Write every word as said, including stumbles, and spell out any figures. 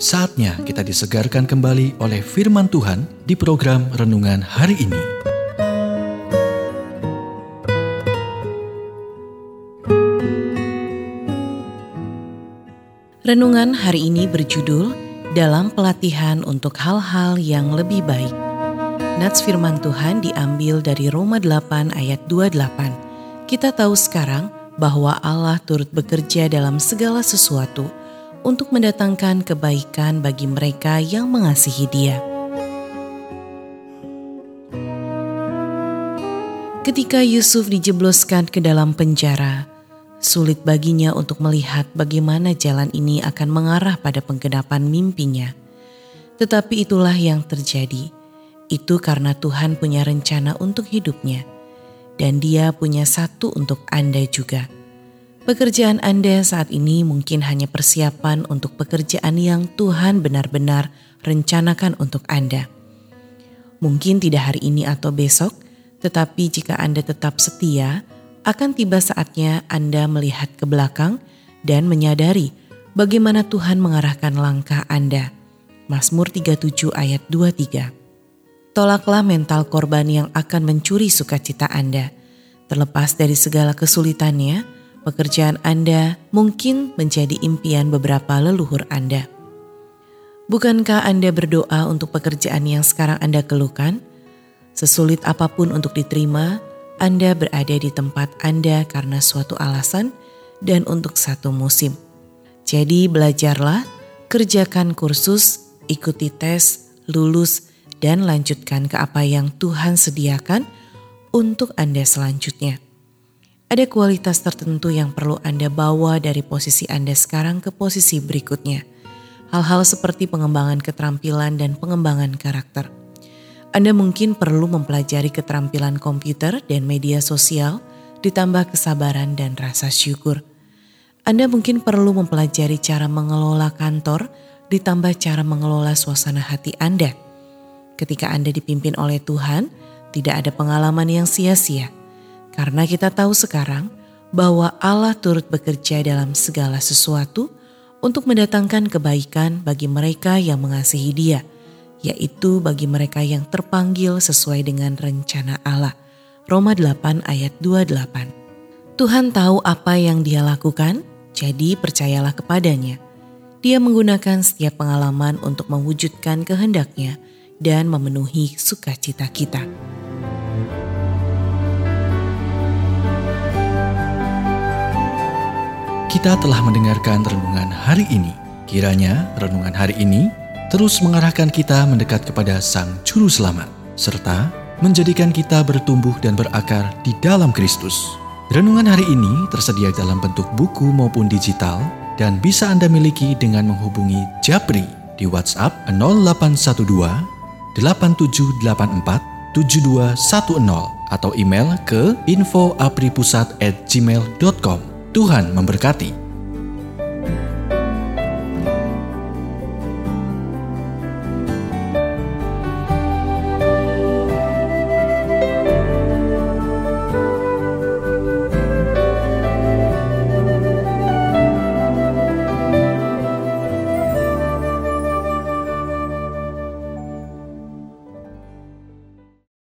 Saatnya kita disegarkan kembali oleh firman Tuhan di program Renungan Hari Ini. Renungan hari ini berjudul Dalam Pelatihan untuk Hal-hal yang Lebih Baik. Nats firman Tuhan diambil dari Roma delapan ayat dua puluh delapan. Kita tahu sekarang bahwa Allah turut bekerja dalam segala sesuatu untuk mendatangkan kebaikan bagi mereka yang mengasihi Dia. Ketika Yusuf dijebloskan ke dalam penjara, sulit baginya untuk melihat bagaimana jalan ini akan mengarah pada penggenapan mimpinya. Tetapi itulah yang terjadi. Itu karena Tuhan punya rencana untuk hidupnya, dan Dia punya satu untuk Anda juga. Pekerjaan Anda saat ini mungkin hanya persiapan untuk pekerjaan yang Tuhan benar-benar rencanakan untuk Anda. Mungkin tidak hari ini atau besok, tetapi jika Anda tetap setia, akan tiba saatnya Anda melihat ke belakang dan menyadari bagaimana Tuhan mengarahkan langkah Anda. Mazmur tiga puluh tujuh ayat dua puluh tiga. Tolaklah mental korban yang akan mencuri sukacita Anda. Terlepas dari segala kesulitannya, pekerjaan Anda mungkin menjadi impian beberapa leluhur Anda. Bukankah Anda berdoa untuk pekerjaan yang sekarang Anda keluhkan? Sesulit apapun untuk diterima, Anda berada di tempat Anda karena suatu alasan dan untuk satu musim. Jadi belajarlah, kerjakan kursus, ikuti tes, lulus, dan lanjutkan ke apa yang Tuhan sediakan untuk Anda selanjutnya. Ada kualitas tertentu yang perlu Anda bawa dari posisi Anda sekarang ke posisi berikutnya. Hal-hal seperti pengembangan keterampilan dan pengembangan karakter. Anda mungkin perlu mempelajari keterampilan komputer dan media sosial, ditambah kesabaran dan rasa syukur. Anda mungkin perlu mempelajari cara mengelola kantor, ditambah cara mengelola suasana hati Anda. Ketika Anda dipimpin oleh Tuhan, tidak ada pengalaman yang sia-sia. Karena kita tahu sekarang bahwa Allah turut bekerja dalam segala sesuatu untuk mendatangkan kebaikan bagi mereka yang mengasihi Dia, yaitu bagi mereka yang terpanggil sesuai dengan rencana Allah. Roma delapan ayat dua puluh delapan. Tuhan tahu apa yang Dia lakukan, jadi percayalah kepadanya. Dia menggunakan setiap pengalaman untuk mewujudkan kehendak-Nya dan memenuhi sukacita kita. Kita telah mendengarkan renungan hari ini. Kiranya renungan hari ini terus mengarahkan kita mendekat kepada Sang Juru Selamat, serta menjadikan kita bertumbuh dan berakar di dalam Kristus. Renungan hari ini tersedia dalam bentuk buku maupun digital dan bisa Anda miliki dengan menghubungi Japri di WhatsApp nol delapan satu dua delapan tujuh delapan empat tujuh dua satu nol atau email ke info apripusat at gmail dot com. Tuhan memberkati.